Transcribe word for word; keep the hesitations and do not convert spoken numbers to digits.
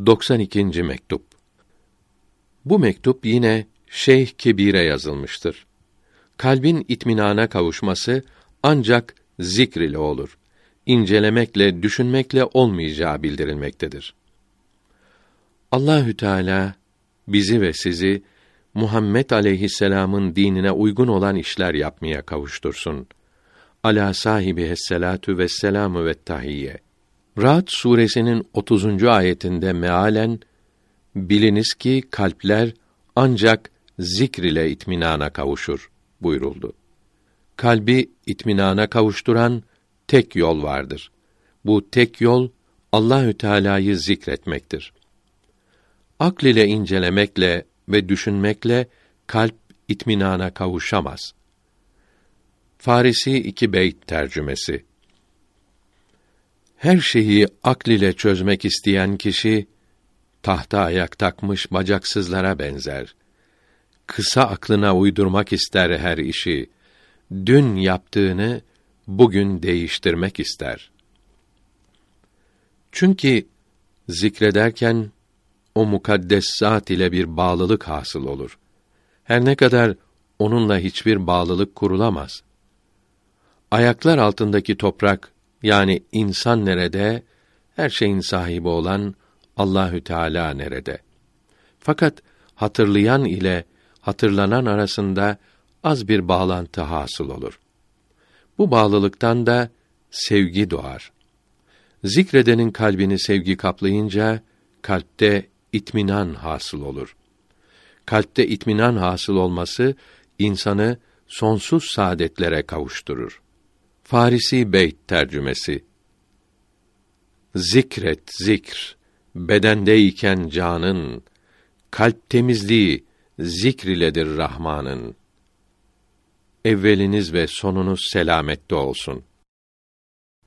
doksan ikinci mektup. Bu mektup yine Şeyh Kebir'e yazılmıştır. Kalbin itminana kavuşması ancak zikr ile olur. İncelemekle, düşünmekle olmayacağı bildirilmektedir. Allahü Teala bizi ve sizi Muhammed aleyhisselam'ın dinine uygun olan işler yapmaya kavuştursun. Ala sahibi esselatu vesselamu ve tahiyye. Ra'd suresinin otuzuncu ayetinde mealen, biliniz ki kalpler ancak zikr ile itminana kavuşur buyuruldu. Kalbi itminana kavuşturan tek yol vardır. Bu tek yol Allahü Teala'yı zikretmektir. Akl ile incelemekle ve düşünmekle kalp itminana kavuşamaz. Farisi iki Beyt tercümesi. Her şeyi akl ile çözmek isteyen kişi tahta ayak takmış bacaksızlara benzer. Kısa aklına uydurmak ister her işi. Dün yaptığını bugün değiştirmek ister. Çünkü zikrederken o mukaddes zat ile bir bağlılık hasıl olur. Her ne kadar onunla hiçbir bağlılık kurulamaz. Ayaklar altındaki toprak, yani insan nerede, her şeyin sahibi olan Allahü Teala nerede? Fakat hatırlayan ile hatırlanan arasında az bir bağlantı hasıl olur. Bu bağlılıktan da sevgi doğar. Zikredenin kalbini sevgi kaplayınca kalpte itminan hasıl olur. Kalpte itminan hasıl olması insanı sonsuz saadetlere kavuşturur. Farisi Beyt tercümesi. Zikret zikr, bedendeyken canın, kalp temizliği zikr iledir Rahman'ın. Evveliniz ve sonunuz selamette olsun.